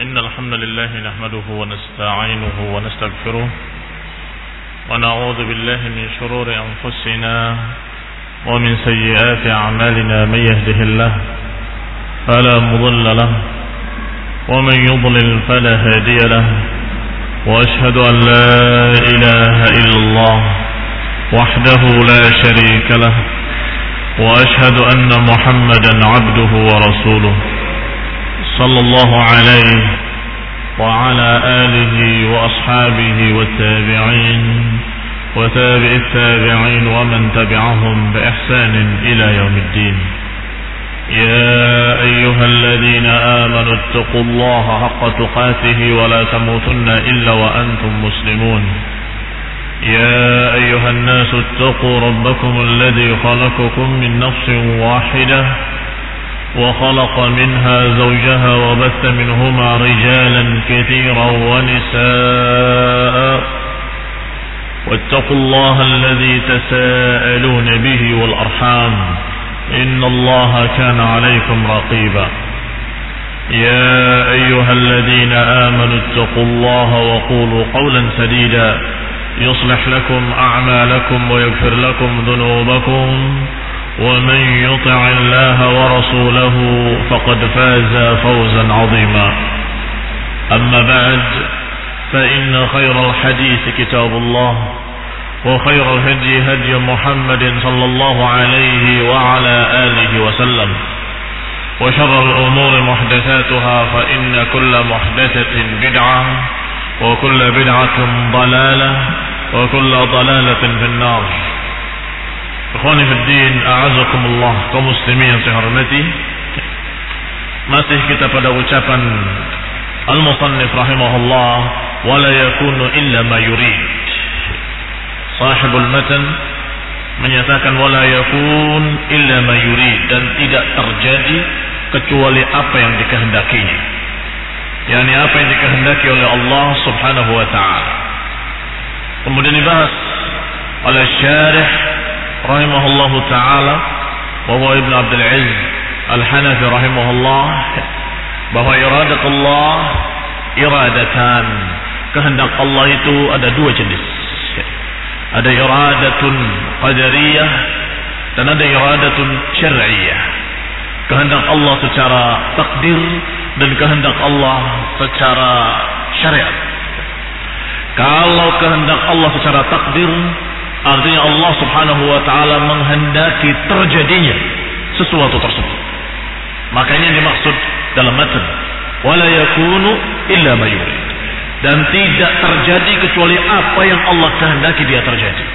إن الحمد لله نحمده ونستعينه ونستغفره ونعوذ بالله من شرور أنفسنا ومن سيئات أعمالنا. من يهده الله فلا مضل له ومن يضلل فلا هادي له، وأشهد أن لا إله إلا الله وحده لا شريك له، وأشهد أن محمدا عبده ورسوله صلى الله عليه وعلى آله وأصحابه والتابعين وتابع التابعين ومن تبعهم بإحسان إلى يوم الدين. يا أيها الذين آمنوا اتقوا الله حق تقاته ولا تموتن إلا وأنتم مسلمون. يا أيها الناس اتقوا ربكم الذي خلقكم من نفس واحدة وخلق منها زوجها وبث منهما رجالا كثيرا ونساء، واتقوا الله الذي تساءلون به والأرحام إن الله كان عليكم رقيبا. يا أيها الذين آمنوا اتقوا الله وقولوا قولا سديدا يصلح لكم أعمالكم ويغفر لكم ذنوبكم، ومن يطع الله ورسوله فقد فاز فوزا عظيما. أما بعد، فإن خير الحديث كتاب الله، وخير الهدي هدي محمد صلى الله عليه وعلى آله وسلم، وشر الأمور محدثاتها، فإن كل محدثة بدعة وكل بدعة ضلالة وكل ضلالة في النار. Ikhwani fi din, a'azakumullah, kaum muslimin yang saya hormati. Masih kita pada ucapan al-musannif rahimahullah, wala yakunu illa ma yurid. Sahibul matan menyatakan wala yakun illa ma yurid, dan tidak terjadi kecuali apa yang dikehendakinya, yakni apa yang dikehendaki oleh Allah Subhanahu wa taala. Kemudian dibahas oleh syarih rahimahullahu ta'ala wa huwa Ibn Abdul Aziz Al-Hanafi rahimahullah, bahwa iradatullah iradatan, kehendak Allah itu ada dua jenis. Ada iradatun qadariyah dan ada iradatun syar'iyah. Kehendak Allah secara takdir dan kehendak Allah secara syariat. Kalau kehendak Allah secara takdir, artinya Allah Subhanahu wa ta'ala menghendaki terjadinya sesuatu tersebut. Makanya dimaksud dalam matan wala yakunu illa ma yurid, dan tidak terjadi kecuali apa yang Allah kehendaki dia terjadi.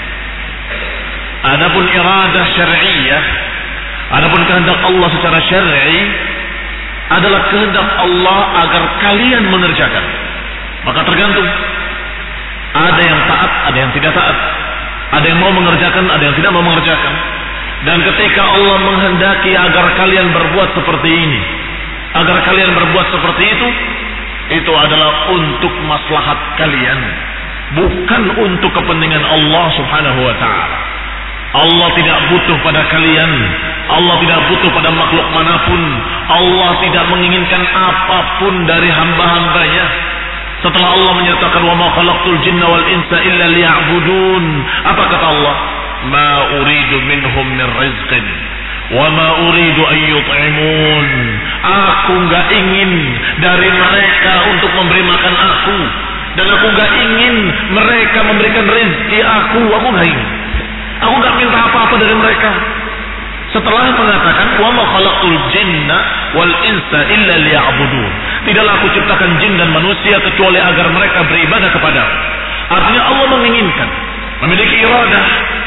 Adapun iradah syar'iyah, adapun kehendak Allah secara syar'i, adalah kehendak Allah agar kalian mengerjakan. Maka tergantung, ada yang taat, ada yang tidak taat. Ada yang mau mengerjakan, ada yang tidak mau mengerjakan. Dan ketika Allah menghendaki agar kalian berbuat seperti ini, agar kalian berbuat seperti itu adalah untuk maslahat kalian, bukan untuk kepentingan Allah Subhanahu wa ta'ala. Allah tidak butuh pada kalian, Allah tidak butuh pada makhluk manapun, Allah tidak menginginkan apapun dari hamba-hambanya. Setelah Allah menyatakan wa ma khalaqtul jinna wal insa illa liya'budun, apa kata Allah? Ma uridu minhum min rizqin wa ma uridu an yut'imun. Aku enggak ingin dari mereka untuk memberi makan aku, dan aku enggak ingin mereka memberikan rezeki aku enggak ingin. Aku enggak minta apa-apa dari mereka. Setelah mengatakan wa ma khalaqtul jinna wal insa illa liya'budun, tidaklah aku ciptakan jin dan manusia kecuali agar mereka beribadah kepadaku. Artinya Allah menginginkan, memiliki iradah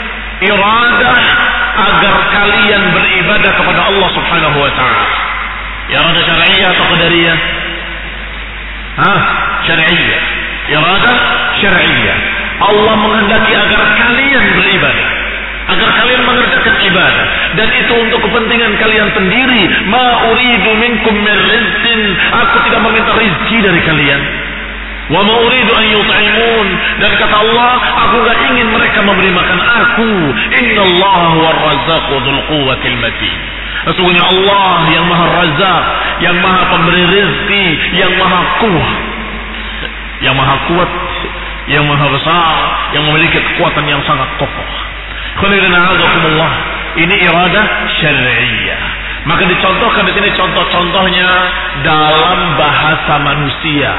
agar kalian beribadah kepada Allah Subhanahu wa ta'ala. Iradah syar'iyah atau qadariyah? Syar'iyah. Iradah syar'iyah. Allah menghendaki agar kalian beribadah, agar kalian mengerjakan ibadah, dan itu untuk kepentingan kalian sendiri. Ma uridu minkum min rizqin, aku tidak meminta rezeki dari kalian. Wa ma uridu an yut'imun, dan kata Allah, aku enggak ingin mereka memberi makan aku. Innallaha huwar razzaqu dzul quwwatil matin. Sesungguhnya Allah yang Maha Razzaq, yang Maha Pemberi rezeki, yang Maha Kuat, yang Maha Kuat, yang Maha Besar, yang memiliki kekuatan yang sangat kokoh. Ini iradah syar'iyyah. Maka dicontohkan di sini contoh-contohnya dalam bahasa manusia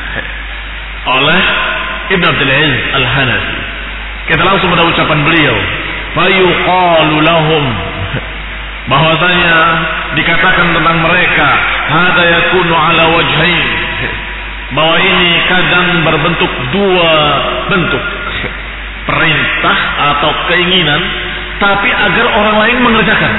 oleh Ibn Abdul Aziz Al-Hanafi. Kita langsung pada ucapan beliau, fayuqalu lahum, bahwasanya dikatakan tentang mereka, hada yakunu ala wajhain, bahwa ini kadang berbentuk dua bentuk, perintah atau keinginan, tapi agar orang lain mengerjakan.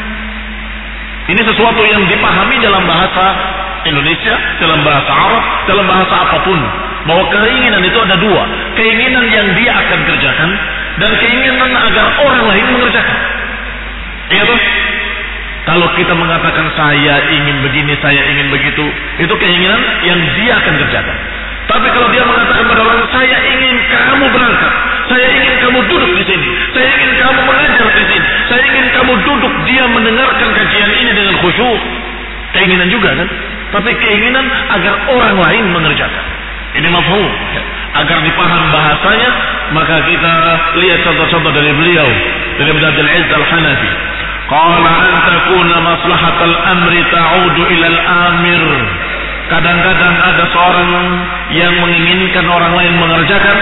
Ini sesuatu yang dipahami dalam bahasa Indonesia, dalam bahasa Arab, dalam bahasa apapun, bahwa keinginan itu ada dua, keinginan yang dia akan kerjakan dan keinginan agar orang lain mengerjakan. Iya tuh? Kalau kita mengatakan saya ingin begini, saya ingin begitu, itu keinginan yang dia akan kerjakan. Tapi kalau dia mengatakan pada orang, saya ingin kamu berangkat, saya ingin kamu duduk di sini, saya ingin kamu mengajar di sini, saya ingin kamu duduk, dia mendengarkan kajian ini dengan khusyuk. Keinginan juga kan? Tapi keinginan agar orang lain mengerjakan. Ini mafhum. Agar dipaham bahasanya, maka kita lihat contoh-contoh dari beliau, dari Ibn Abdul Aziz Al-Hanafi. Qala an takuna maslahatal amri ta'udu ilal amir. Kadang-kadang ada seorang yang menginginkan orang lain mengerjakan,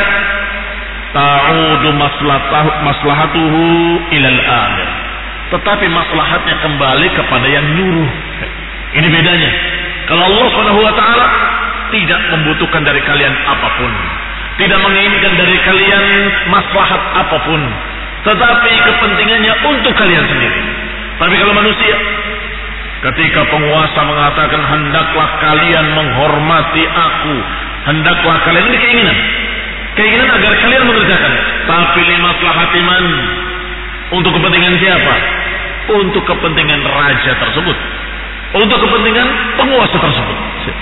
ta'udu maslahatuhu ilal amir, tetapi maslahatnya kembali kepada yang nyuruh. Ini bedanya. Kalau Allah SWT tidak membutuhkan dari kalian apapun, tidak menginginkan dari kalian maslahat apapun, tetapi kepentingannya untuk kalian sendiri. Tapi kalau manusia, ketika penguasa mengatakan hendaklah kalian menghormati aku, hendaklah kalian, ini keinginan agar kalian mengerjakan, tapi limaslahati man, untuk kepentingan siapa? Untuk kepentingan raja tersebut, untuk kepentingan penguasa tersebut.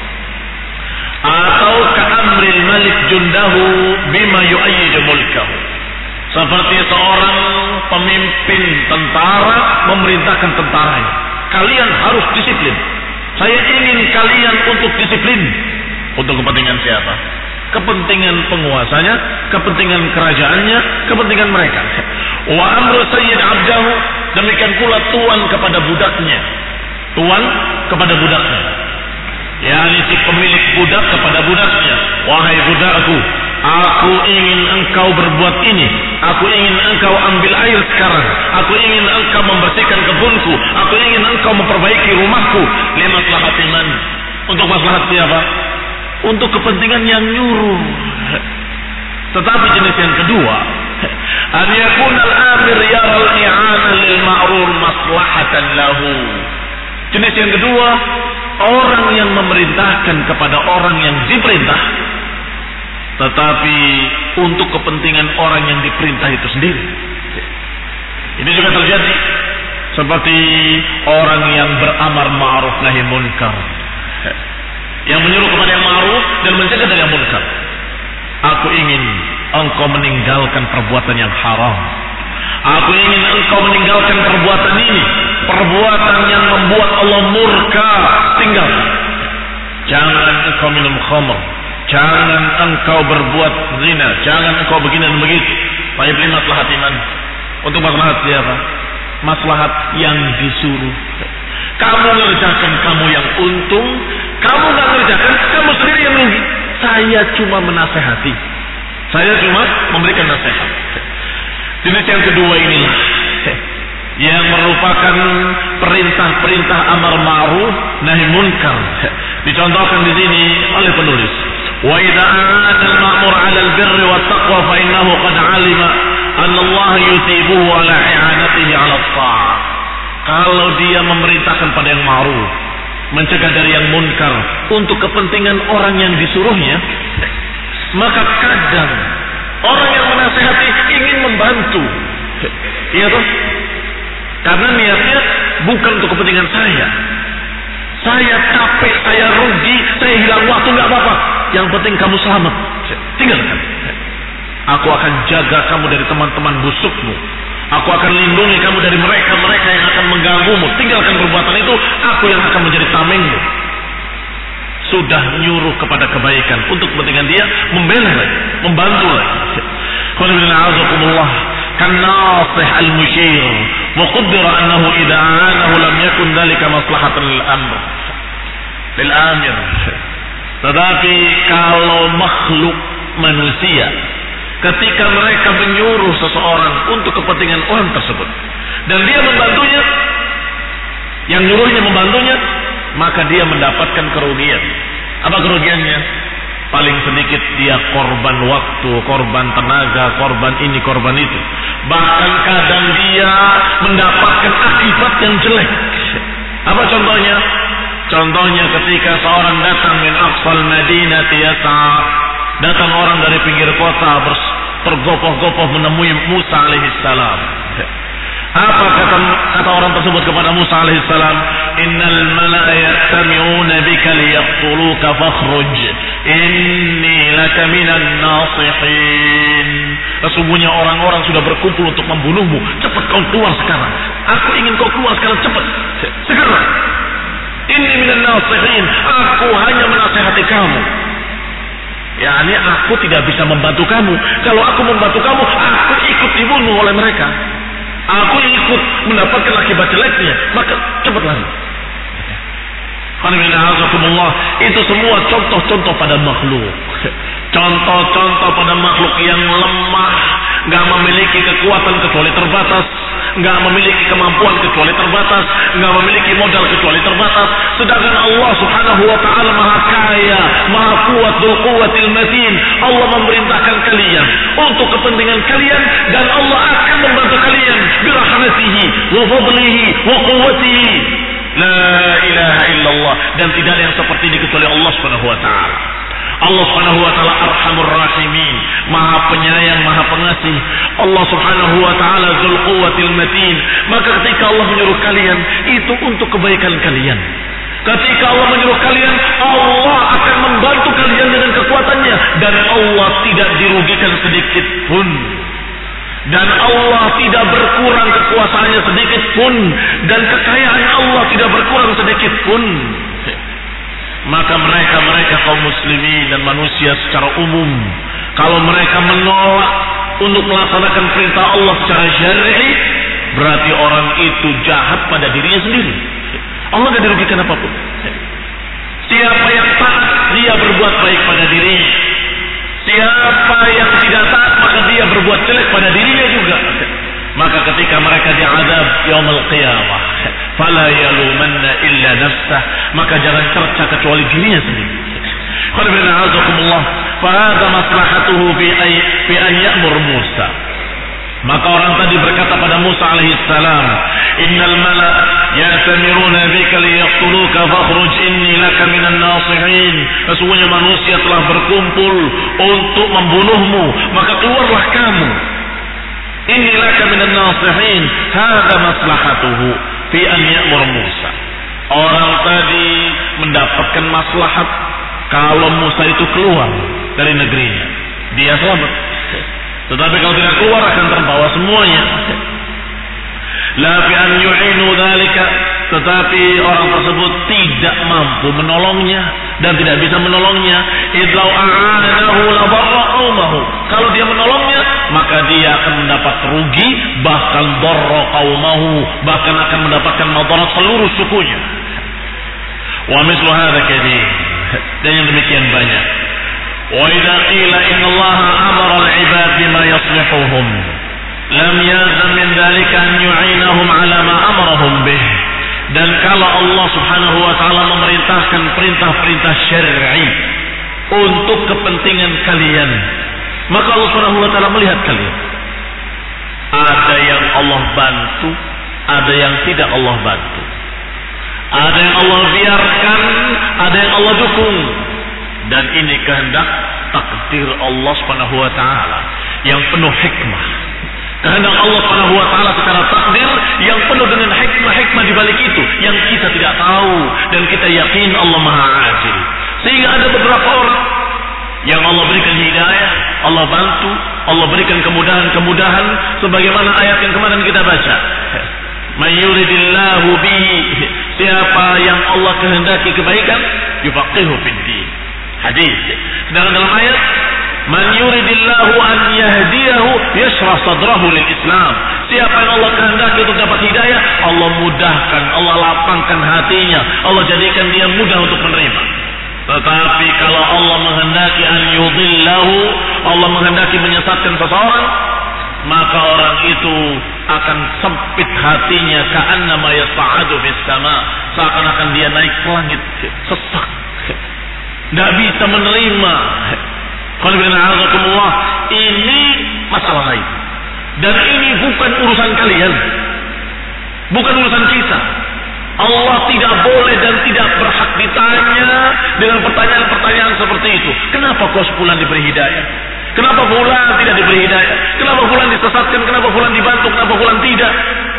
Atau ka'amril malik jundahu bima yu'ayyidu mulkahu, seperti seorang pemimpin tentara memerintahkan tentaranya, kalian harus disiplin. Saya ingin kalian untuk disiplin. Untuk kepentingan siapa? Kepentingan penguasanya, kepentingan kerajaannya, kepentingan mereka. Wa amru sayyid abdahu, demikian pula tuan kepada budaknya. Tuan kepada budaknya, yakni si pemilik budak kepada budaknya. Wahai budakku, aku ingin engkau berbuat ini, aku ingin engkau ambil air sekarang, aku ingin engkau membersihkan kebunku, aku ingin engkau memperbaiki rumahku. Limaslahati man, untuk maslahat siapa? Untuk kepentingan yang nyuruh. Tetapi jenis yang kedua, an yakuna al-amir yara al-i'ana lil ma'rur maslahatan lahu. Jenis yang kedua, orang yang memerintahkan kepada orang yang diperintah, tetapi untuk kepentingan orang yang diperintah itu sendiri. Ini juga terjadi seperti orang yang beramar ma'ruf nahi munkar, yang menyuruh kepada yang ma'ruf dan mencegah dari yang munkar. Aku ingin engkau meninggalkan perbuatan yang haram, aku ingin engkau meninggalkan perbuatan ini, perbuatan yang membuat Allah murka, tinggal. Jangan engkau minum khamr, jangan engkau berbuat zina, jangan engkau begini dan begitu. Baik, maslahat iman. Untuk maslahat siapa? Maslahat yang disuruh. Kamu ngerjakan, kamu yang untung. Kamu nggak ngerjakan, kamu sendiri yang rugi. Saya cuma menasehati, saya cuma memberikan nasihat. Jenis yang kedua inilah yang merupakan perintah-perintah amar ma'ruf nahi munkar. Dicontohkan di sini oleh penulis. Wa idza aana al-ma'mur 'ala al-birri wat-taqwa fa innahu qad 'alima anna Allah yutibuhu 'ala i'anatihi 'ala at-tha'ah. Kalau dia memerintahkan pada yang ma'ruf, mencegah dari yang munkar untuk kepentingan orang yang disuruhnya, maka kadang orang yang menasihati ingin membantu. Iya toh? Karena niatnya bukan untuk kepentingan saya. Saya capek, saya rugi, saya hilang waktu, nggak apa-apa. Yang penting kamu selamat. Tinggalkan. Aku akan jaga kamu dari teman-teman busukmu. Aku akan lindungi kamu dari mereka yang akan mengganggumu. Tinggalkan perbuatan itu, aku yang akan menjadi tamengmu. Sudah nyuruh kepada kebaikan untuk kepentingan dia, membela lagi, membantu lagi. Alhamdulillah, kan nasih al-musyir, wa qaddara annahu idza aanahu lam yakun dzalika maslahatan lil amir. Tetapi kalau makhluk manusia, ketika mereka menyuruh seseorang untuk kepentingan orang tersebut dan dia membantunya, yang nyuruhnya membantunya, maka dia mendapatkan kerugian. Apa kerugiannya? Paling sedikit dia korban waktu, korban tenaga, korban ini, korban itu. Bahkan kadang dia mendapatkan akibat yang jelek. Apa contohnya? Contohnya ketika seorang datang min aqsal Madinah yas'a, datang orang dari pinggir kota tergopoh-gopoh menemui Musa alaihissalam. Apa kata orang tersebut kepada Musa alaihissalam? Innal mala'a yastami'una bika liyaqtuluka fakhruj inni laka minan nasihin. Sesungguhnya orang-orang sudah berkumpul untuk membunuhmu. Cepat kau keluar sekarang. Aku ingin kau keluar sekarang, cepat. Segera. Inni minan nasihin. Aku hanya menasihati kamu. Yani aku tidak bisa membantu kamu. Kalau aku membantu kamu, aku ikut dibunuh oleh mereka. Aku ikut mendapatkan akibat jeleknya. Maka cepat lari. Itu semua contoh-contoh pada makhluk. Contoh-contoh pada makhluk yang lemah, gak memiliki kekuatan kecuali terbatas, gak memiliki kemampuan kecuali terbatas, gak memiliki modal kecuali terbatas. Sedangkan Allah subhanahu wa ta'ala maha kaya, maha kuat, dzul quwwatil matin. Allah memerintahkan kalian untuk kepentingan kalian, dan Allah akan membantu kalian birahmatihi wa fadlihi wa quwwatihi. La ilaha illallah. Dan tidak ada yang seperti ini kecuali Allah subhanahu wa ta'ala. Allah subhanahu wa ta'ala arhamur rahimin, maha penyayang, maha pengasih. Allah subhanahu wa ta'ala dzul quwwatil matin. Maka ketika Allah menyuruh kalian, itu untuk kebaikan kalian. Ketika Allah menyuruh kalian, Allah akan membantu kalian dengan kekuatannya. Dan Allah tidak dirugikan sedikit pun. Dan Allah tidak berkurang kekuasaannya sedikit pun. Dan kekayaan Allah tidak berkurang sedikit pun. Maka mereka kaum muslimin dan manusia secara umum, kalau mereka menolak untuk melaksanakan perintah Allah secara syar'i, berarti orang itu jahat pada dirinya sendiri. Allah tidak dirugikan apapun. Siapa yang taat, dia berbuat baik pada dirinya. Siapa yang tidak taat, maka dia berbuat jelek pada dirinya juga. Maka ketika mereka diazab yaumul qiyamah, fala yalumanna illa nafsah, maka jangan cerca kecuali dirinya sendiri. Qul bi'azakumullah, fa hadha maslahatuhu fi an ya'mur Musa. Maka orang tadi berkata pada Musa alaihissalam, innal mala' ya'tamiruna bika liyaqtuluka fakhruj inni laka minan nasihin. Sesungguhnya manusia telah berkumpul untuk membunuhmu, maka keluarlah kamu. Inni laka minan nasihin. Hadha maslahatuhu fi an ya'mur Musa. Orang tadi mendapatkan maslahat kalau Musa itu keluar dari negerinya, dia selamat. Tetapi kalau tidak keluar akan terbawa semuanya. La fi an yu'inu dzalika, tetapi orang tersebut tidak mampu menolongnya dan tidak bisa menolongnya. Idlau a'anahu la darra qaumahu. Kalau dia menolongnya, maka dia akan mendapat rugi, bahkan darra qaumahu, bahkan akan mendapatkan madarat seluruh sukunya. Wa mislu hadza katsir. Dan yang demikian banyak. Wa idza qila inna Allah amara al-'ibad bima yaslihuhum lam yazam min dzalika an yu'inahum 'ala ma amarahum bih. Dan kalau Allah subhanahu wa ta'ala memerintahkan perintah-perintah syar'i untuk kepentingan kalian, maka Allah subhanahu wa ta'ala melihat kalian. Ada yang Allah bantu, ada yang tidak Allah bantu. Ada yang Allah biarkan, ada yang Allah dukung. Dan ini kehendak takdir Allah subhanahu wa ta'ala yang penuh hikmah. Kehendak Allah subhanahu wa ta'ala secara takdir yang penuh dengan hikmah-hikmah di balik itu yang kita tidak tahu, dan kita yakin Allah maha adil. Sehingga ada beberapa orang yang Allah berikan hidayah, Allah bantu, Allah berikan kemudahan-kemudahan sebagaimana ayat yang kemarin kita baca. Man yuridillahu bihi, siapa yang Allah kehendaki kebaikan, yufaqihu fid-din. Hadis. Sedangkan dalam ayat, man yuridillahu an yahdiyahu yashrah sadrahu lil Islam. Siapa yang Allah kehendaki untuk dapat hidayah, Allah mudahkan, Allah lapangkan hatinya, Allah jadikan dia mudah untuk menerima. Tetapi kalau Allah menghendaki an yudillahu, Allah menghendaki menyesatkan seseorang, maka orang itu akan sempit hatinya, ka'annama yas'adu fis sama, seakan-akan dia naik ke langit, sesak, tidak bisa menerima. Ini masalah lain, dan ini bukan urusan kalian, bukan urusan kita. Allah tidak boleh dan tidak berhak ditanya dengan pertanyaan-pertanyaan seperti itu. Kenapa kau sebulan diberi hidayah? Kenapa fulan tidak diberi hidayah? Kenapa fulan disesatkan? Kenapa fulan dibantu? Kenapa fulan tidak?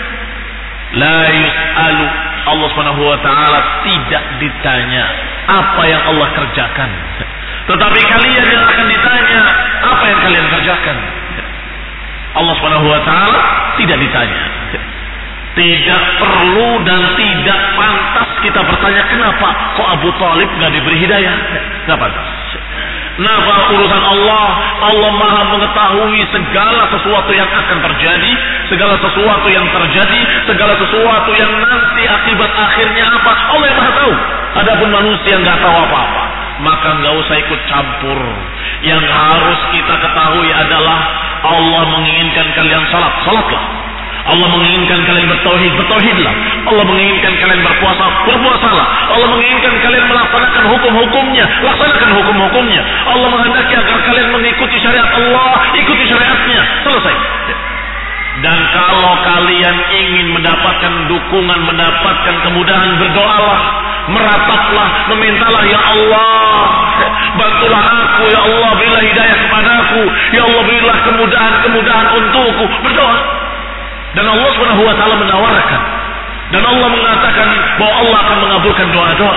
La yus'alu, Allah Subhanahu wa taala tidak ditanya apa yang Allah kerjakan. Tetapi kalian yang akan ditanya apa yang kalian kerjakan. Allah Subhanahu wa taala tidak ditanya. Tidak perlu dan tidak pantas kita bertanya kenapa kok Abu Thalib nggak diberi hidayah. Nggak pantas. Kenapa urusan Allah? Allah Maha mengetahui segala sesuatu yang akan terjadi, segala sesuatu yang terjadi, segala sesuatu yang nanti akibat akhirnya apa. Allah yang Maha tahu. Adapun manusia nggak tahu apa-apa, maka nggak usah ikut campur. Yang harus kita ketahui adalah Allah menginginkan kalian salatlah. Allah menginginkan kalian bertauhid, bertauhidlah. Allah menginginkan kalian berpuasa, berpuasalah. Allah menginginkan kalian melaksanakan hukum-hukumnya, laksanakan hukum-hukumnya. Allah menghendaki agar kalian mengikuti syariat Allah, ikuti syariatnya. Selesai. Dan kalau kalian ingin mendapatkan dukungan, mendapatkan kemudahan, berdoalah, merapatlah, memintalah, ya Allah, bantulah aku, ya Allah, berilah hidayah kepadaku, ya Allah, berilah kemudahan-kemudahan untukku. Berdoa. Dan Allah Subhanahu wa taala menawarkan, dan Allah mengatakan bahwa Allah akan mengabulkan doa-doa.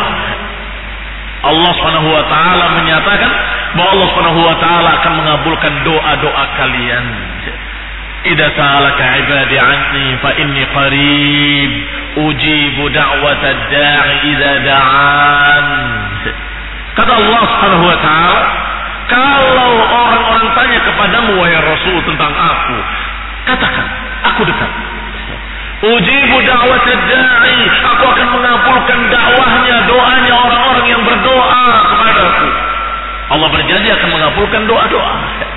Allah Subhanahu wa taala menyatakan bahwa Allah Subhanahu wa taala akan mengabulkan doa-doa kalian. Idza sa'alaka 'ibadi 'anni fa inni qarib ujibu da'watad da'i idza da'an. Kata Allah Subhanahu wa taala, kalau orang-orang tanya kepadamu wahai Rasul tentang aku, katakan, aku dekat. Ujibu da'watad da'i, aku akan mengabulkan dakwahnya, doanya orang-orang yang berdoa kepadaku. Allah berjanji akan mengabulkan doa-doa.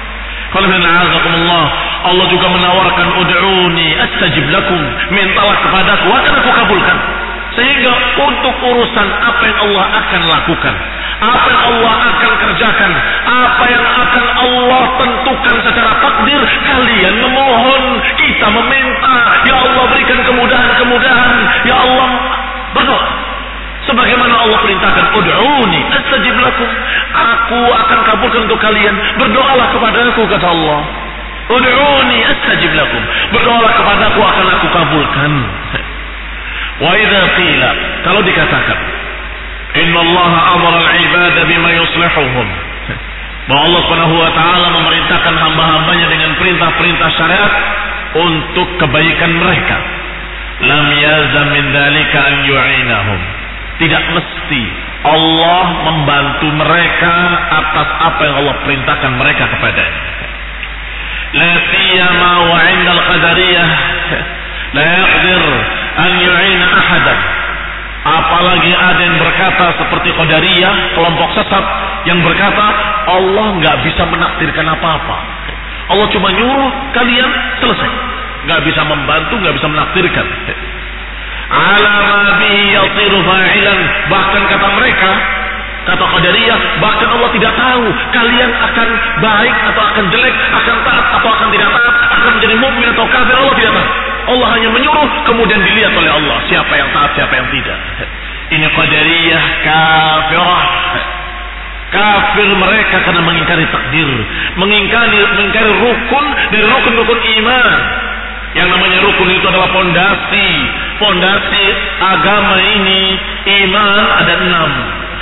Allah juga menawarkan ud'uni astajib lakum, mintalah kepadaku akan aku kabulkan. Sehingga untuk urusan apa yang Allah akan lakukan, apa yang Allah akan kerjakan, apa yang akan Allah tentukan secara takdir, kalian memohon, kita meminta, ya Allah berikan kemudahan-kemudahan, ya Allah berdoa. Sebagaimana Allah perintahkan, ud'uni astajib lakum, aku akan kabulkan untuk kalian, berdoalah kepadaku, kata Allah. Ud'uni astajib lakum, berdoalah kepadaku akan aku kabulkan. Wa idza qila, kalau dikatakan inna Allah amara al-ibada bima yuslihuhum, bahwa Allah Subhanahu wa taala memerintahkan hamba-hambanya dengan perintah-perintah syariat untuk kebaikan mereka, lam yazam min dzalika an yu'inahum, tidak mesti Allah membantu mereka atas apa yang Allah perintahkan mereka kepadanya. La siyama wa 'inda al-qadariyah la yaqdir an yu'ina ahadan. Apalagi ada yang berkata seperti Qadariyah, kelompok sesat yang berkata Allah nggak bisa menakdirkan apa-apa. Allah cuma nyuruh kalian, selesai. Nggak bisa membantu, nggak bisa menakdirkan. Ala ma bihi yasiru fa'ilan, bahkan kata mereka, kata Qadariyah, bahkan Allah tidak tahu kalian akan baik atau akan jelek, akan taat atau akan tidak taat, akan menjadi mukmin atau kafir. Allah tidak tahu. Allah hanya menyuruh, kemudian dilihat oleh Allah siapa yang taat, siapa yang tidak. Ini Qadariyah kafirah. Kafir mereka karena mengingkari takdir, mengingkari rukun dari rukun-rukun iman. Yang namanya rukun itu adalah fondasi agama ini. Iman ada 6.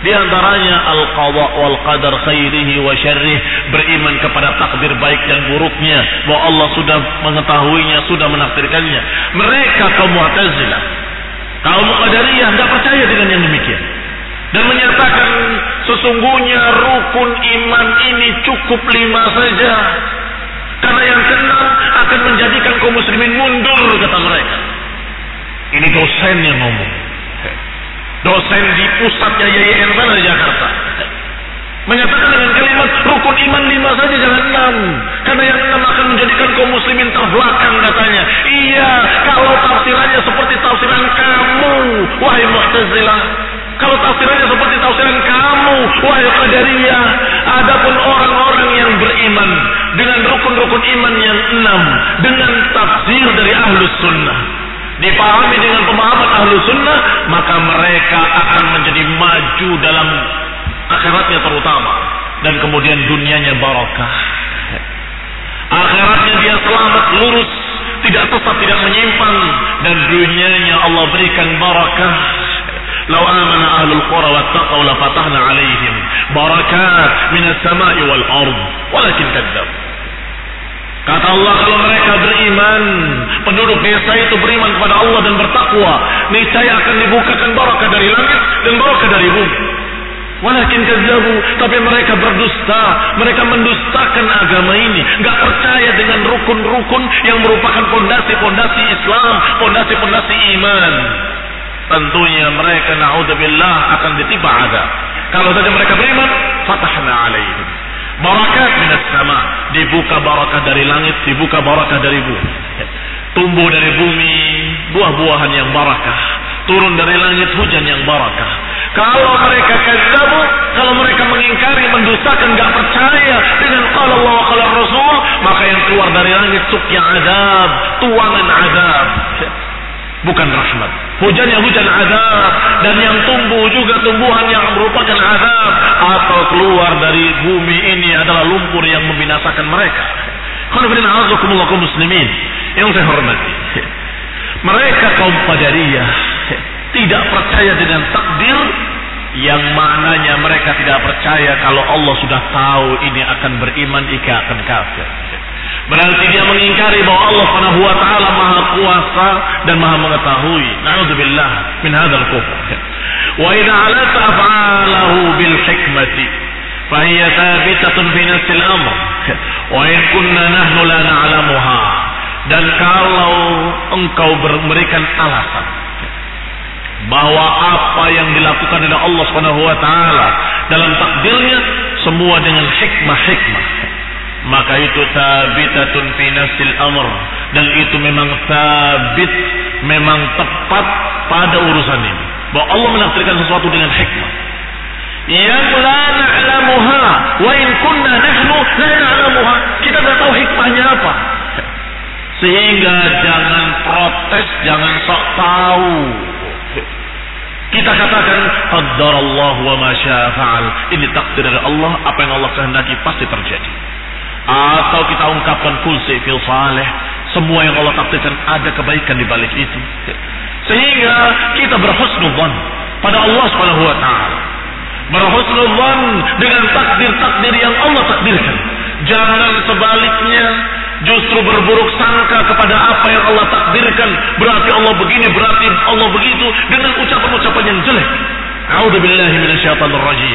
Di antaranya al-qadha wal qadar khairihi wa syarrih, beriman kepada takdir baik dan buruknya, bahwa Allah sudah mengetahuinya, sudah menakdirkannya. Mereka kaum Mu'tazilah, kaum Qadariyah tidak percaya dengan yang demikian dan menyatakan sesungguhnya rukun iman ini cukup 5 saja, karena yang keenam akan menjadikan kaum muslimin mundur, kata mereka. Ini dosen yang ngomong, dosen di pusatnya YIN sana di Jakarta, menyatakan dengan kalimat rukun iman 5 saja, jangan 6, karena yang 6 akan menjadikan kaum muslimin terbelakang, katanya. Iya, kalau tafsirannya seperti tafsiran kamu, wahai Mu'tazilah, kalau tafsirannya seperti tafsiran kamu, wahai Qadariyah. Adapun orang-orang yang beriman dengan rukun-rukun iman yang 6 dengan tafsir dari Ahlus Sunnah, dipahami dengan pemahaman Ahlus Sunnah, maka mereka akan menjadi maju dalam akhiratnya terutama, dan kemudian dunianya barakah. Akhiratnya dia selamat, lurus, tidak sesat, tidak menyimpang, dan dunianya Allah berikan barakah. Lau amana ahlul qura wattaqaw la fatahna alaihim barakat minas samai wal ard walakin kadzdzab. Kata Allah, kalau mereka beriman, penduduk desa itu beriman kepada Allah dan bertakwa, niscaya akan dibukakan barakah dari langit dan barakah dari bumi. Walakin kazzabu, tapi mereka berdusta, mereka mendustakan agama ini, enggak percaya dengan rukun-rukun yang merupakan pondasi-pondasi Islam, pondasi-pondasi iman. Tentunya mereka na'udzubillah akan ditimpa azab. Kalau saja mereka beriman, fatahna alaihim barakat minas sama, dibuka barakah dari langit, dibuka barakah dari bumi. Tumbuh dari bumi buah-buahan yang barakah, turun dari langit hujan yang barakah. Kalau mereka kadzabu, kalau mereka mengingkari, mendustakan, enggak percaya dengan qala Allah wa qala Rasul, maka yang keluar dari langit sukya azab, tuangan azab, bukan rahmat. Hujannya hujan azab, dan yang tumbuh juga tumbuhan yang merupakan azab, atau keluar dari bumi ini adalah lumpur yang membinasakan mereka. Qul muslimin yang saya hormati, mereka kaum Qadariyah tidak percaya dengan takdir, yang maknanya mereka tidak percaya kalau Allah sudah tahu ini akan beriman, ini akan kafir. Berarti dia mengingkari bahwa Allah Subhanahu wa taala Maha Kuasa dan Maha mengetahui. Na'udzubillah min hadzal kufr. Wa idza alata af'alahu bil hikmati fa hiya thabitatun fi nafsil amr wa in kunna nahnu la na'lamuha. Dan kalau engkau memberikan alasan bahwa apa yang dilakukan oleh Allah Subhanahu wa taala dalam takdirnya semua dengan hikmah-hikmah, maka itu tabitatun fi nafsil amr, dan itu memang tabit, memang tepat pada urusan ini, bahwa Allah menakdirkan sesuatu dengan hikmah yang la na'lamuha wa in kunna nahnu la na'lamuha. Kita tidak tahu hikmahnya apa, sehingga jangan protes, jangan sok tahu. Kita katakan qaddarallahu wa ma syaa fa'al, ini takdir dari Allah, apa yang Allah kehendaki pasti terjadi. Atau kita ungkapkan kul fil salih, semua yang Allah takdirkan ada kebaikan di balik itu, sehingga kita berhusnudzan pada Allah Subhanahu wa taala, berhusnudzan dengan takdir-takdir yang Allah takdirkan. Jangan sebaliknya, justru berburuk sangka kepada apa yang Allah takdirkan, berarti Allah begini, berarti Allah begitu, dengan ucapan-ucapan yang jelek. A'udzubillahi minasyaitonir rajim.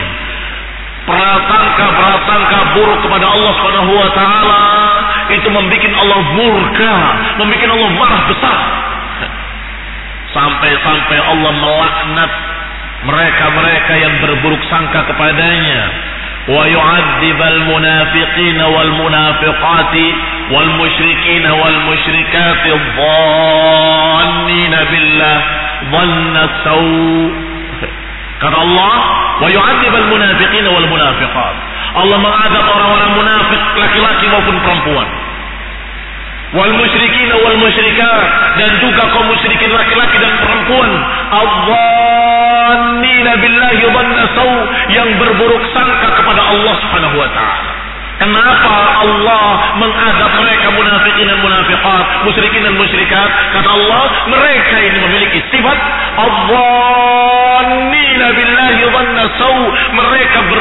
Prasangka buruk kepada Allah Subhanahu wa taala itu membuat Allah murka, membuat Allah marah besar. Sampai-sampai Allah melaknat mereka-mereka yang berburuk sangka kepadanya. Wa yu'adzibal munafiqina wal munafiqati wal musyrikina wal musyrikati dhannina billah dhanna saw. Kata Allah, wa yu'adzibal munafiqina wal munafiqat. Allah mengadab orang-orang munafik laki-laki maupun perempuan. Wal musyrikin wal musyrikat, dan juga kaum musyrikin laki-laki dan perempuan. Adh-dhannina billahi dhanna saw, yang berburuk sangka kepada Allah Subhanahu wa taala. Kenapa Allah mengadab mereka munafikin dan munafiqat, musyrikin dan musyrikat? Kata Allah, mereka ini memiliki sifat adh-dhannina billahi dhanna saw,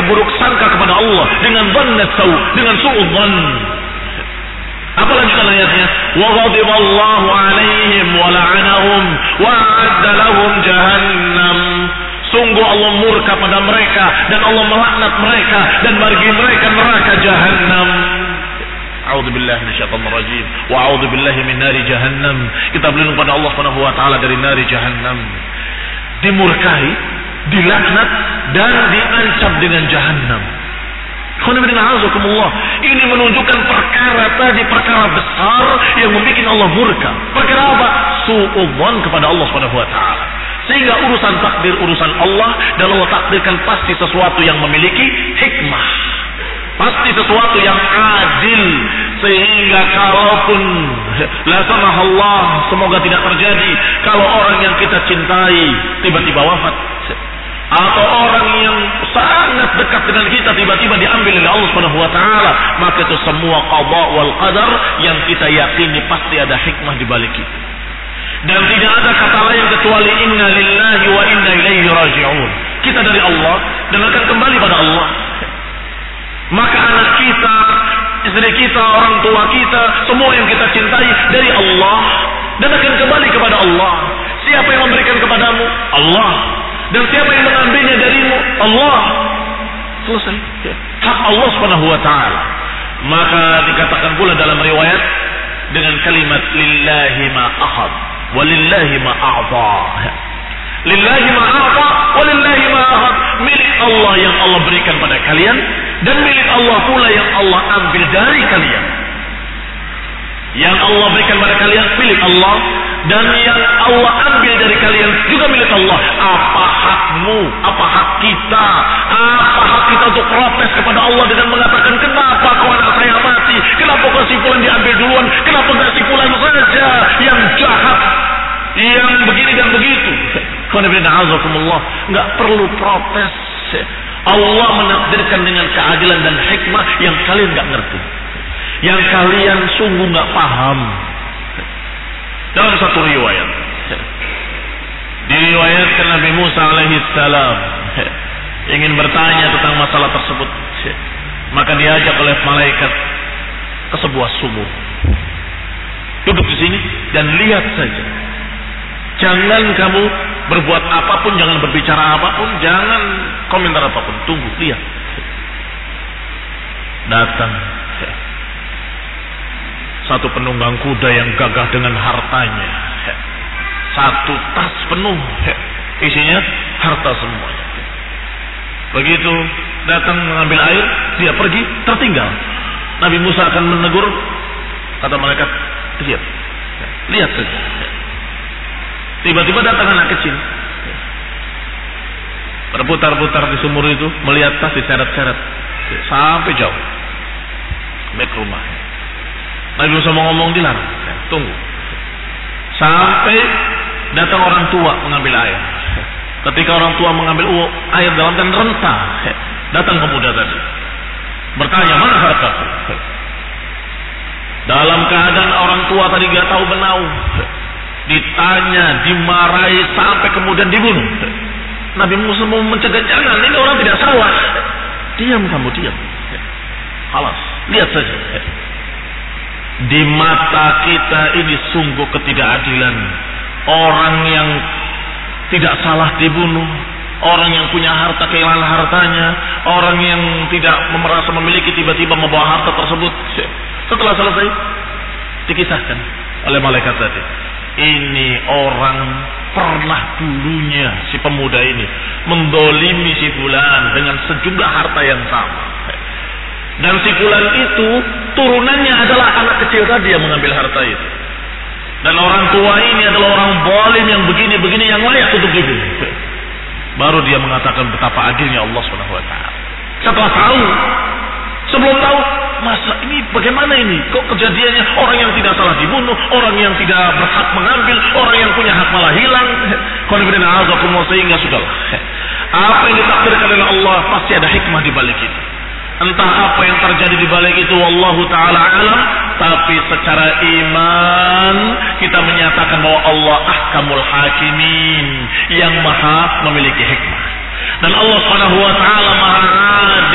berburuk sangka kepada Allah dengan dhannatau, dengan su'udzan. Apa lanjutan ayatnya? Wa ghadiballahu 'alaihim wa la'anahum wa 'adda lahum jahannam. Sungguh Allah murka pada mereka dan Allah melaknat mereka dan bagi mereka neraka jahannam. A'udzubillahi minasyaitonir rajim. Wa a'udzubillahi min nari jahannam. Kita berlindung pada Allah Subhanahu wa taala dari nari jahannam. Dimurkai, dilaknat dan diancam dengan jahannam. Ini menunjukkan perkara besar yang membuat Allah murka. Perkara apa? Su'udzon kepada Allah Subhanahu wa taala. Sehingga urusan takdir urusan Allah, dan Allah takdirkan pasti sesuatu yang memiliki hikmah. Pasti sesuatu yang adil, sehingga kalaupun la samahallah, semoga tidak terjadi, kalau orang yang kita cintai tiba-tiba wafat, atau orang yang sangat dekat dengan kita tiba-tiba diambil oleh Allah Subhanahu wa taala, maka itu semua qada wal qadar yang kita yakini pasti ada hikmah di balik itu. Dan tidak ada kata lain kecuali inna lillahi wa inna ilaihi raji'un. Kita dari Allah dan akan kembali pada Allah. Maka anak kita, istri kita, orang tua kita, semua yang kita cintai dari Allah dan akan kembali kepada Allah. Siapa yang memberikan kepadamu? Allah. Dan siapa yang mengambilnya darimu? Allah. Selesai. Hak Allah Subhanahu wa taala. Maka dikatakan pula dalam riwayat dengan kalimat lillahi ma akhad walillahi ma a'ta. Lillahi ma a'ta walillahi ma akhad. Milik Allah yang Allah berikan pada kalian dan milik Allah pula yang Allah ambil dari kalian. Yang Allah berikan pada kalian milik Allah, dan yang Allah ambil dari kalian juga milik Allah. Apa hakmu? Apa hak kita? Apa hak kita untuk protes kepada Allah dengan mengatakan, kenapa kau anak saya mati? Kenapa kau si fulan diambil duluan? Kenapa enggak si fulan saja yang jahat, yang begini dan begitu? Enggak perlu protes. Allah menakdirkan dengan keadilan dan hikmah yang kalian enggak ngerti, yang kalian sungguh enggak paham. Dalam satu riwayat, diriwayatkan Nabi Musa alaihi salam ingin bertanya tentang masalah tersebut, maka diajak oleh malaikat ke sebuah sumur. Duduk di sini dan lihat saja. Jangan kamu berbuat apapun, jangan berbicara apapun, jangan komentar apapun. Tunggu, lihat. Datang satu penunggang kuda yang gagah dengan hartanya. Satu tas penuh, isinya harta semuanya. Begitu datang mengambil air, dia pergi, tertinggal. Nabi Musa akan menegur, kata malaikat, lihat saja. Tiba-tiba datang anak kecil, berputar-putar di sumur itu, melihat tas diseret-seret sampai jauh, sampai ke rumah. Nabi Musa mau ngomong, dilarang, tunggu. Sampai datang orang tua mengambil air. Ketika orang tua mengambil air dalam dan rentah, datang pemuda tadi, bertanya, mana hartaku? Dalam keadaan orang tua tadi gak tahu benau, ditanya, dimarahi, sampai kemudian dibunuh. Nabi Musa mau mencegah, jangan, ini orang tidak salah. Diam kamu, diam. Halas, lihat saja. Di mata kita ini sungguh ketidakadilan. Orang yang tidak salah dibunuh, orang yang punya harta kehilangan hartanya, orang yang tidak merasa memiliki tiba-tiba membawa harta tersebut. Setelah selesai, dikisahkan oleh malaikat tadi, ini orang pernah dulunya si pemuda ini mendolimi si fulan dengan sejumlah harta yang sama. Dan si fulan itu turunannya adalah anak kecil tadi yang mengambil harta itu. Dan orang tua ini adalah orang zalim yang begini-begini yang layak untuk dibunuh. Baru dia mengatakan betapa adilnya Allah Subhanahu wa taala. Setelah tahu, sebelum tahu, masa ini bagaimana ini? Kok kejadiannya orang yang tidak salah dibunuh, orang yang tidak berhak mengambil, orang yang punya hak malah hilang. Sehingga sudahlah. Apa yang ditakdirkan oleh Allah pasti ada hikmah di balik itu. Entah apa yang terjadi di balik itu, wallahu taala alam, tapi secara iman kita menyatakan bahwa Allah ahkamul hakimin, yang maha memiliki hikmah. Dan Allah Subhanahu wa taala maha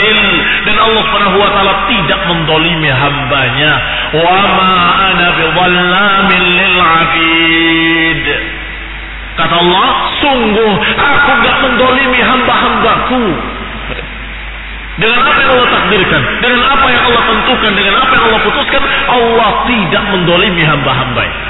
dan Allah Subhanahu wa taala tidak mendolimi hambanya. Wa ma ana bidhallamin lil 'abid. Kata Allah, sungguh aku enggak mendolimi hamba-hambaku. Dengan apa yang Allah takdirkan, dengan apa yang Allah tentukan, dengan apa yang Allah putuskan, Allah tidak mendolimi hamba-hambanya.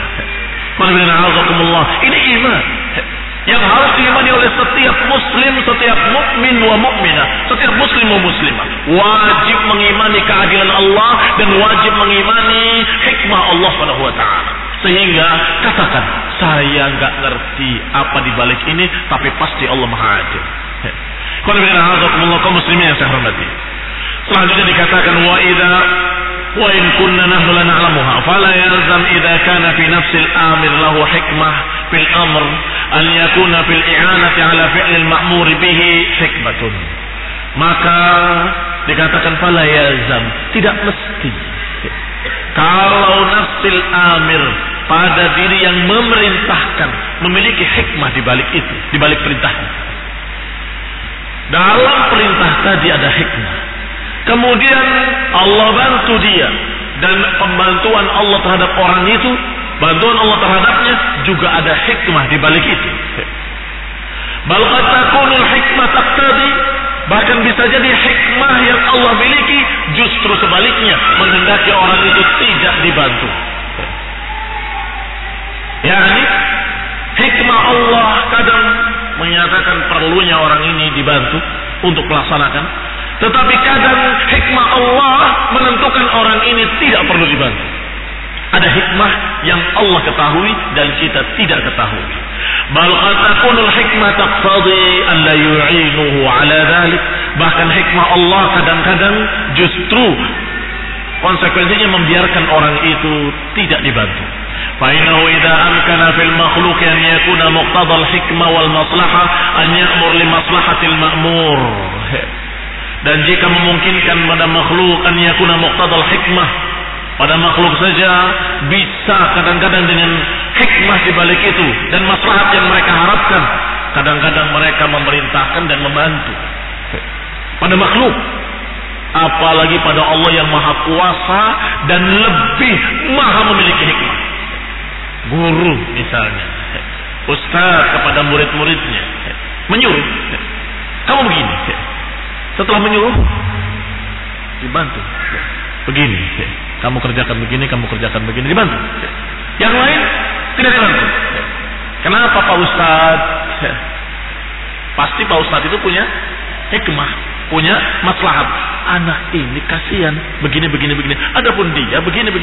Ini iman yang harus diimani oleh setiap muslim, setiap mukmin wa mukminah, setiap muslim wa muslimah. Wajib mengimani keadilan Allah dan wajib mengimani hikmah Allah Subhanahu wa taala. Sehingga katakan, saya enggak ngerti apa di balik ini, tapi pasti Allah Maha Adil. Kaum muslimin yang saya hormati. Selanjutnya dikatakan wa in kunna nahnu la na'lamuha fala yalzam idza kana fi nafsi al-amir lahu hikmah fil amr an yakuna fil i'anati ala fi'l al-ma'mur bihi hikmatun. Maka dikatakan fala yalzam, tidak mesti. Kalau nafsil amir pada diri yang memerintahkan memiliki hikmah di balik itu, di balik perintahnya. Dalam perintah tadi ada hikmah. Kemudian Allah bantu dia, dan pembantuan Allah terhadap orang itu, bantuan Allah terhadapnya juga ada hikmah di balik itu. Bal qad takunul hikmah taqtadi, bahkan bisa jadi hikmah yang Allah miliki justru sebaliknya, menghendaki orang itu tidak dibantu. Yani hikmah Allah kadang menyatakan perlunya orang ini dibantu untuk melaksanakan, tetapi kadang hikmah Allah menentukan orang ini tidak perlu dibantu. Ada hikmah yang Allah ketahui dan kita tidak ketahui. Bal qad takunul hikmah taqtadi an la yu'inuhu ala dhalik. Bahkan hikmah Allah kadang-kadang justru konsekuensinya membiarkan orang itu tidak dibantu. فإنه إذا أمكن في المخلوق أن يكون مقتضى الحكمة والمصلحة أن يأمر لمصلحة المأمور. Dan jika memungkinkan pada makhluk an yakuna muqtadal hikmah, pada makhluk saja bisa kadang-kadang dengan hikmah di balik itu dan maslahat yang mereka harapkan, kadang-kadang mereka memerintahkan dan membantu pada makhluk, apalagi pada Allah yang maha kuasa dan lebih maha memiliki hikmah. Guru misalnya, ustaz kepada murid-muridnya menyuruh, kamu begini, setelah menyuruh dibantu, begini, kamu kerjakan begini, kamu kerjakan begini, dibantu. Yang lain tidak dibantu. Kenapa Pak Ustaz? Pasti Pak Ustaz itu punya hikmah, punya maslahat. Anak ini kasihan, begini. Adapun dia begini.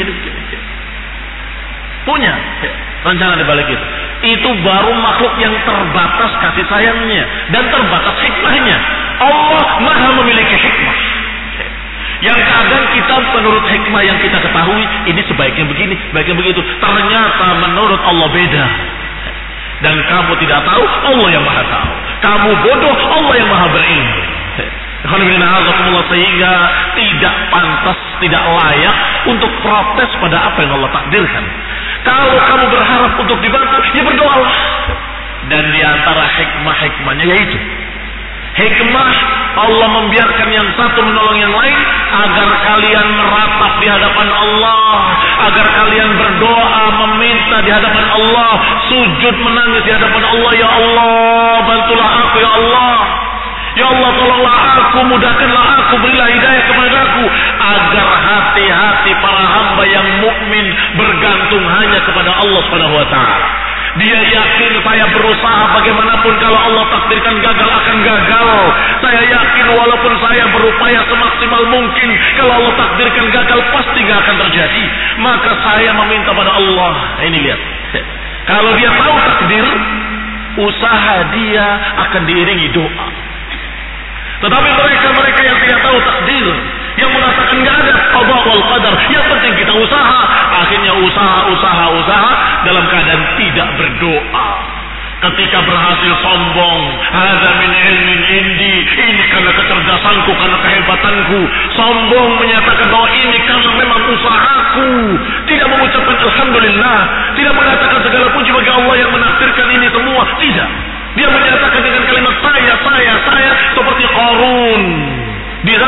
Punya rencana di balik itu. Itu baru makhluk yang terbatas kasih sayangnya dan terbatas hikmahnya. Allah maha memiliki hikmah. Yang kadang kita menurut hikmah yang kita ketahui, ini sebaiknya begini, sebaiknya begitu. Ternyata menurut Allah beda. Dan kamu tidak tahu, Allah yang maha tahu. Kamu bodoh, Allah yang maha berilmu. Sehingga tidak pantas, tidak layak untuk protes pada apa yang Allah takdirkan. Kalau kamu berharap untuk dibantu, ya berdoalah. Dan diantara hikmah-hikmahnya yaitu hikmah Allah membiarkan yang satu menolong yang lain agar kalian meratap di hadapan Allah, agar kalian berdoa meminta di hadapan Allah, sujud menangis di hadapan Allah. Ya Allah, bantulah aku ya Allah. Ya Allah, tolonglah aku, mudahkanlah aku, berilah hidayah kepadaku, agar hati-hati para hamba yang mukmin bergantung hanya kepada Allah Subhanahu wa taala. Dia yakin saya berusaha bagaimanapun, kalau Allah takdirkan gagal akan gagal. Saya yakin walaupun saya berupaya semaksimal mungkin, kalau Allah takdirkan gagal pasti gak akan terjadi. Maka saya meminta pada Allah. Ini lihat, kalau dia tahu takdir, usaha dia akan diiringi doa. Tetapi mereka yang tidak tahu takdir, yang mengatakan nggak ada qada wal qadar, yang penting kita usaha, akhirnya usaha dalam keadaan tidak berdoa. Ketika berhasil sombong, hadza min ilmin indi, ini karena kecerdasanku, karena kehebatanku. Sombong menyatakan bahwa ini karena memang usahaku, tidak mengucapkan alhamdulillah, tidak mengatakan segala puji bagi Allah yang menakdirkan ini semua, tidak. Dia menyatakan dengan kalimat saya, seperti Qarun di zaman Nabi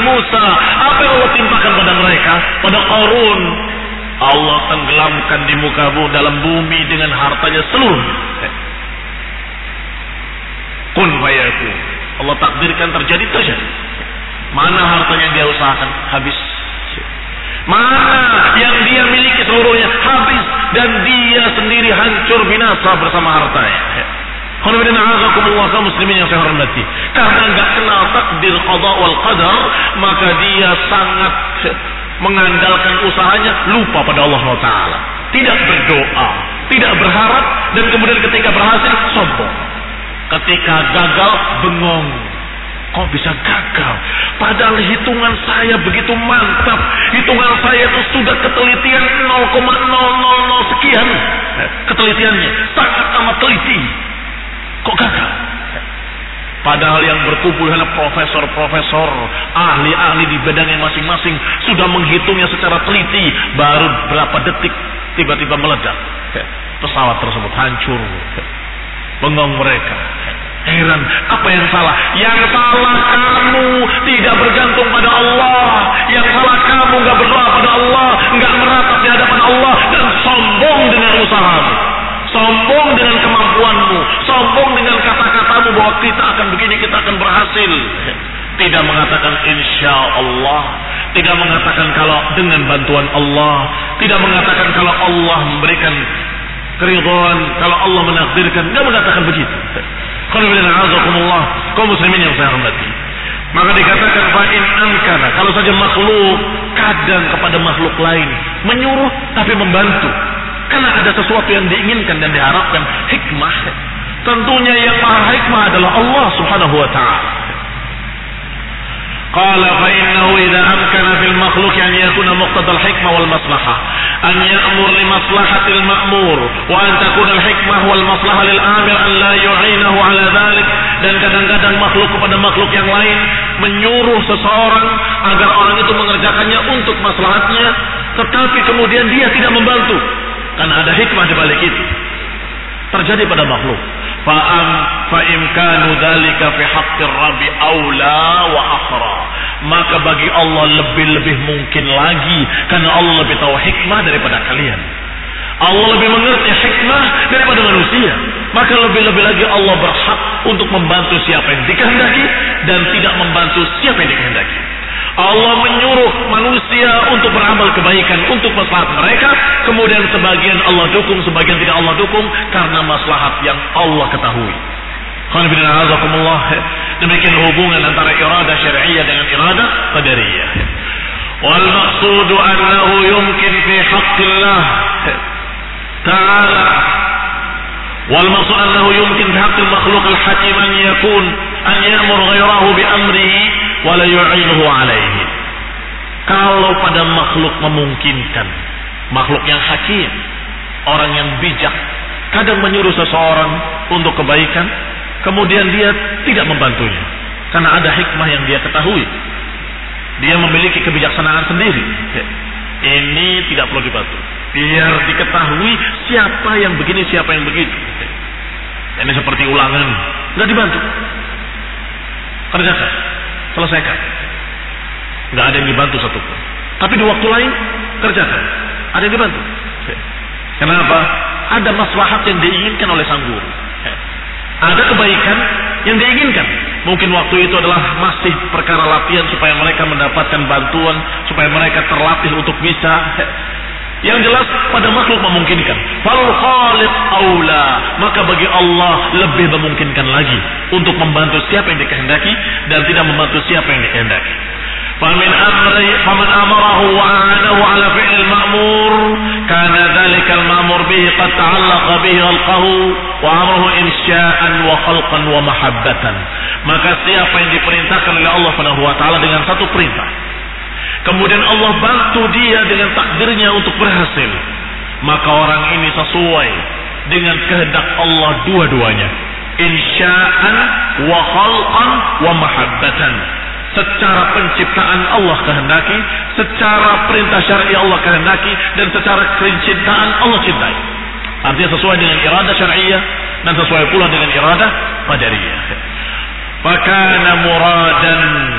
Musa. Apa yang Allah timpakan pada mereka? Pada Qarun. Allah tenggelamkan di muka dalam bumi dengan hartanya seluruh. Kun fayakun. Allah takdirkan terjadi. Mana hartanya yang dia usahakan? Habis. Mana yang dia miliki seluruhnya? Habis. Dan dia sendiri hancur binasa bersama hartanya. Kaum muslimin yang saya hormati, karena enggak kenal takdir qada wal qadar, maka dia sangat mengandalkan usahanya, lupa pada Allah Taala, tidak berdoa, tidak berharap, dan kemudian ketika berhasil sombong, ketika gagal bengong. Kok bisa gagal? Padahal hitungan saya begitu mantap, hitungan saya itu sudah ketelitian 0,000 sekian, ketelitiannya sangat amat teliti. Kok gagal? Padahal yang berkumpul adalah profesor-profesor, ahli-ahli di bidangnya masing-masing, sudah menghitungnya secara teliti. Baru berapa detik tiba-tiba meledak, pesawat tersebut hancur. Bengong mereka, heran, apa yang salah? Yang salah kamu tidak bergantung pada Allah. Yang salah kamu nggak berdoa pada Allah, nggak meratap di hadapan Allah, dan sombong dengan usahamu, sombong dengan kemampuanmu, sombong dengan kata-katamu bahwa kita akan begini, kita akan berhasil. Tidak mengatakan insya Allah, tidak mengatakan kalau dengan bantuan Allah, tidak mengatakan kalau Allah memberikan keridhaan, kalau Allah menakdirkan, tidak mengatakan begitu. Kaum muslimin yang saya hormati, maka dikatakan fa'in amkana, kalau saja makhluk kadang kepada makhluk lain menyuruh tapi membantu, karena ada sesuatu yang diinginkan dan diharapkan, hikmah. Tentunya yang maha hikmah adalah Allah Subhanahu wa ta'ala. Qala fa innahu idza amkana fil makhluq an yakuna muqtada al hikmah wal maslahah an ya'mur li maslahatil ma'mur wa an takuna al hikmah wal maslahah lil amir an la yu'inahu ala dhalik. Dan kadang-kadang makhluk kepada makhluk yang lain menyuruh seseorang agar orang itu mengerjakannya untuk maslahatnya, tetapi kemudian dia tidak membantu, karena ada hikmah di balik itu. Terjadi pada makhluk. Fa imkanu dzalika fi haqqir rabbi aula wa akhra. Maka bagi Allah lebih mungkin lagi, karena Allah lebih tahu hikmah daripada kalian. Allah lebih mengerti hikmah daripada manusia. Maka lebih lagi Allah berhak untuk membantu siapa yang dikehendaki dan tidak membantu siapa yang dikehendaki. Allah menyuruh manusia untuk beramal kebaikan untuk maslahat mereka, kemudian sebagian Allah dukung, sebagian tidak Allah dukung karena maslahat yang Allah ketahui. Demikian hubungan antara iradah syar'iyyah dengan iradah qadariyah. Wal maqsudu annahu yumkin fi haqqillah ta'ala, wal maqsud annahu yumkin fi haqqil makhluq al-hakim an yakun an ya'mur ghayrahu bi amrihi wala yu'inuhu alaihi. Kalau pada makhluk memungkinkan, makhluk yang hakim, orang yang bijak, kadang menyuruh seseorang untuk kebaikan, kemudian dia tidak membantunya karena ada hikmah yang dia ketahui, dia memiliki kebijaksanaan sendiri, ini tidak perlu dibantu, biar diketahui siapa yang begini, siapa yang begitu. Ini seperti ulangan, nggak dibantu, kerjakan, selesaikan, nggak ada yang dibantu satupun. Tapi di waktu lain kerjakan, ada yang dibantu. Kenapa? Ada maslahat yang diinginkan oleh sang guru, ada kebaikan yang diinginkan. Mungkin waktu itu adalah masih perkara latihan supaya mereka mendapatkan bantuan, supaya mereka terlatih untuk bisa. Yang jelas pada makhluk memungkinkan. Fal khaliq aula, maka bagi Allah lebih memungkinkan lagi untuk membantu siapa yang dikehendaki dan tidak membantu siapa yang dikehendaki. Faman amarahu wa a'anahu ala fi'l al-ma'mur kana dhalika al-ma'mur bihi qad ta'allaqa bihi khalqahu wa amruhu insya'an wa khalqan wa mahabbatan. Maka siapa yang diperintahkan oleh Allah Subhanahu wa taala dengan satu perintah, kemudian Allah bantu dia dengan takdirnya untuk berhasil, maka orang ini sesuai dengan kehendak Allah dua-duanya, insya'an wa khalqan wa mahabbatan. Secara penciptaan Allah kehendaki, secara perintah syar'i Allah kehendaki, dan secara kecintaan Allah cintai. Artinya sesuai dengan iradah syar'iyyah dan sesuai pula dengan iradah qadariyah. Fakana muradan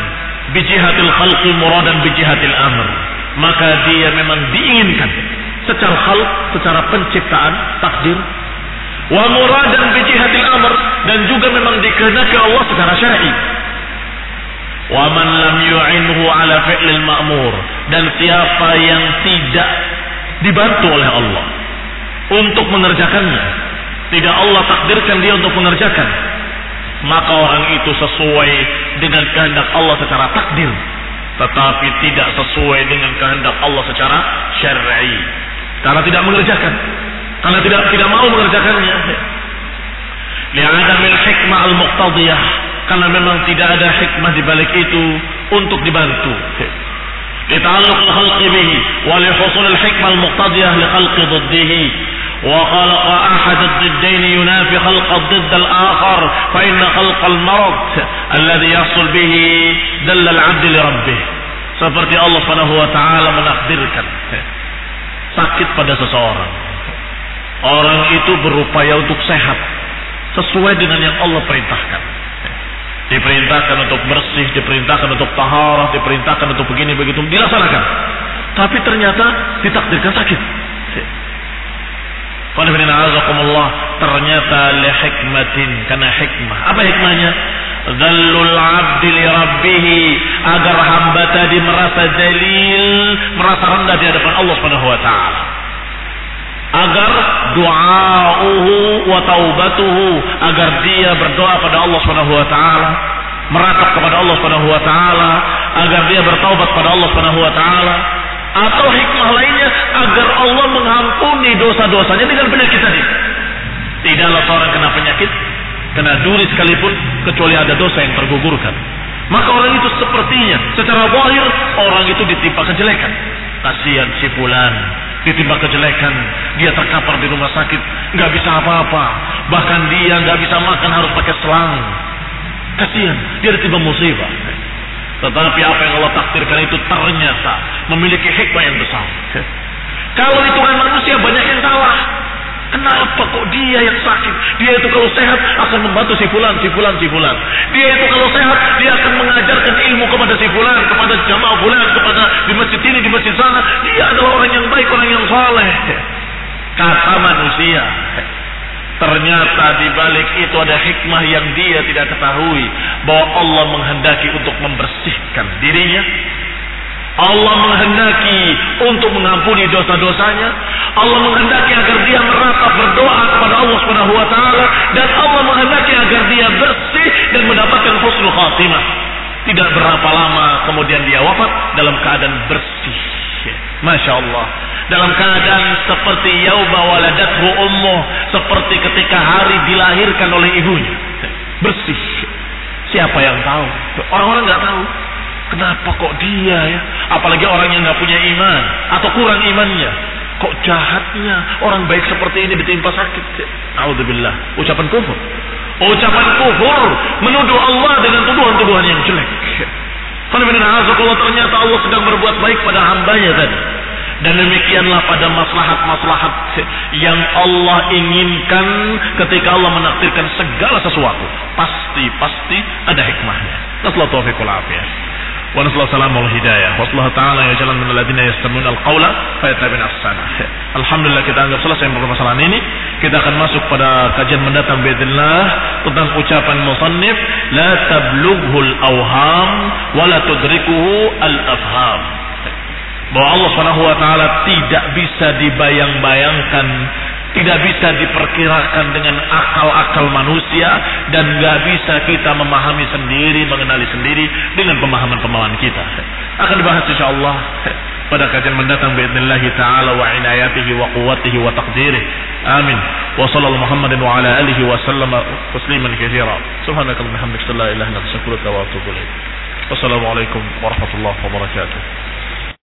bijihatil khalqi muradan bijihatil amr, maka dia memang diinginkan secara khalq, secara penciptaan, takdir, wa muradan bijihatil amr, dan juga memang dikehendaki Allah secara syar'i. Wa man lam yu'inhu ala fi'lil ma'mur, dan siapa yang tidak dibantu oleh Allah untuk mengerjakannya, tidak Allah takdirkan dia untuk mengerjakan, maka orang itu sesuai dengan kehendak Allah secara takdir, tetapi tidak sesuai dengan kehendak Allah secara syar'i, karena tidak mengerjakan, karena tidak mau mengerjakannya. Li'adamil hikmah al-muqtadiyah, karena memang tidak ada hikmah di balik itu untuk dibantu. Lita'alluq al-khalqi bihi wa li husul al-hikmah al-muqtadiyah li khalqi dhiddihi, wa khalaqa ahad ad-diddain yunafi khalq ad-didd al-akhar, fa inna khalq al-marad alladhi yahsul bihi dalla al-'abd li rabbih. Seperti Allah Subhanahu wa taala menakdirkan sakit pada seseorang. Orang itu berupaya untuk sehat sesuai dengan yang Allah perintahkan. Diperintahkan untuk bersih, diperintahkan untuk taharah, diperintahkan untuk begini begitu, dilaksanakan. Tapi ternyata ditakdirkan sakit. Ternyata li hikmatin, karena hikmah. Apa hikmahnya? Dzallul 'abdi li rabbih, agar hamba tadi merasa dalil, merasa rendah di hadapan Allah Subhanahu wa taala. Agar du'auhu wa taubatuhu, agar dia berdoa pada Allah Subhanahu wa taala, meratap kepada Allah Subhanahu wa taala, agar dia bertaubat pada Allah Subhanahu wa taala, atau hikmah lainnya agar Allah mengampuni dosa-dosanya dengan penyakit tadi. Tidaklah seorang kena penyakit, kena duri sekalipun, kecuali ada dosa yang tergugurkan. Maka orang itu sepertinya secara zahir orang itu ditimpa kejelekan. Kasihan si fulan, ditimpa kejelekan, dia terkapar di rumah sakit, nggak bisa apa-apa, bahkan dia nggak bisa makan, harus pakai selang. Kasihan, dia ditimpa musibah. Tetapi apa yang Allah takdirkan itu ternyata memiliki hikmah yang besar. Kalau hitungan manusia banyak yang salah. Kenapa kok dia yang sakit? Dia itu kalau sehat akan membantu si fulan, si fulan, si fulan. Dia itu kalau sehat dia akan mengajarkan ilmu kepada si fulan, kepada jamaah fulan, kepada di masjid ini, di masjid sana. Dia adalah orang yang baik, orang yang saleh. Kata manusia. Ternyata di balik itu ada hikmah yang dia tidak ketahui, bahwa Allah menghendaki untuk membersihkan dirinya. Allah menghendaki untuk mengampuni dosa-dosanya. Allah menghendaki agar dia meratap berdoa kepada Allah Subhanahu wa taala, dan Allah menghendaki agar dia bersih dan mendapatkan husnul khatimah. Tidak berapa lama kemudian dia wafat dalam keadaan bersih. Masya Allah. Dalam keadaan seperti yauma waladathu ummuh, seperti ketika hari dilahirkan oleh ibunya. Bersih. Siapa yang tahu? Orang-orang nggak tahu. Kenapa kok dia ya? Apalagi orang yang nggak punya iman atau kurang imannya. Kok jahatnya orang baik seperti ini ditimpa sakit? A'udzubillah. Ucapan kufur. Ucapan kufur, menuduh Allah dengan tuduhan-tuduhan yang jelek. Ternyata Allah sedang berbuat baik pada hambanya tadi. Dan demikianlah pada maslahat-maslahat yang Allah inginkan ketika Allah menakdirkan segala sesuatu. Pasti ada hikmahnya. Nasallahu taufiq wal afiyah. Wa nasallahu salamul hidayah. Wa sallallahu ta'ala ya jalan min alladziina yastami'una al-qawla fayattabi'una ahsanah. Alhamdulillah, kita anggap selesai permasalahan ini. Kita akan masuk pada kajian mendatang biidznillah tentang ucapan musannif, la tablughul awham wa la tudrikuhu al-afham. Bahwa Allah Subhanahu wa taala tidak bisa dibayang-bayangkan, tidak bisa diperkirakan dengan akal-akal manusia, dan gak bisa kita memahami sendiri, mengenali sendiri dengan pemahaman-pemahaman kita. Akan dibahas insyaallah pada kajian mendatang biidznillah taala wa inayatihi wa quwwatihi wa taqdirih. Amin. Wa sallallahu Muhammadin wa ala alihi wa sallama tasliman katsira. Subhanakallahumma wa bihamdika la ilaha illa anta astaghfiruka wa atubu ilaik. Wassalamualaikum warahmatullahi wabarakatuh.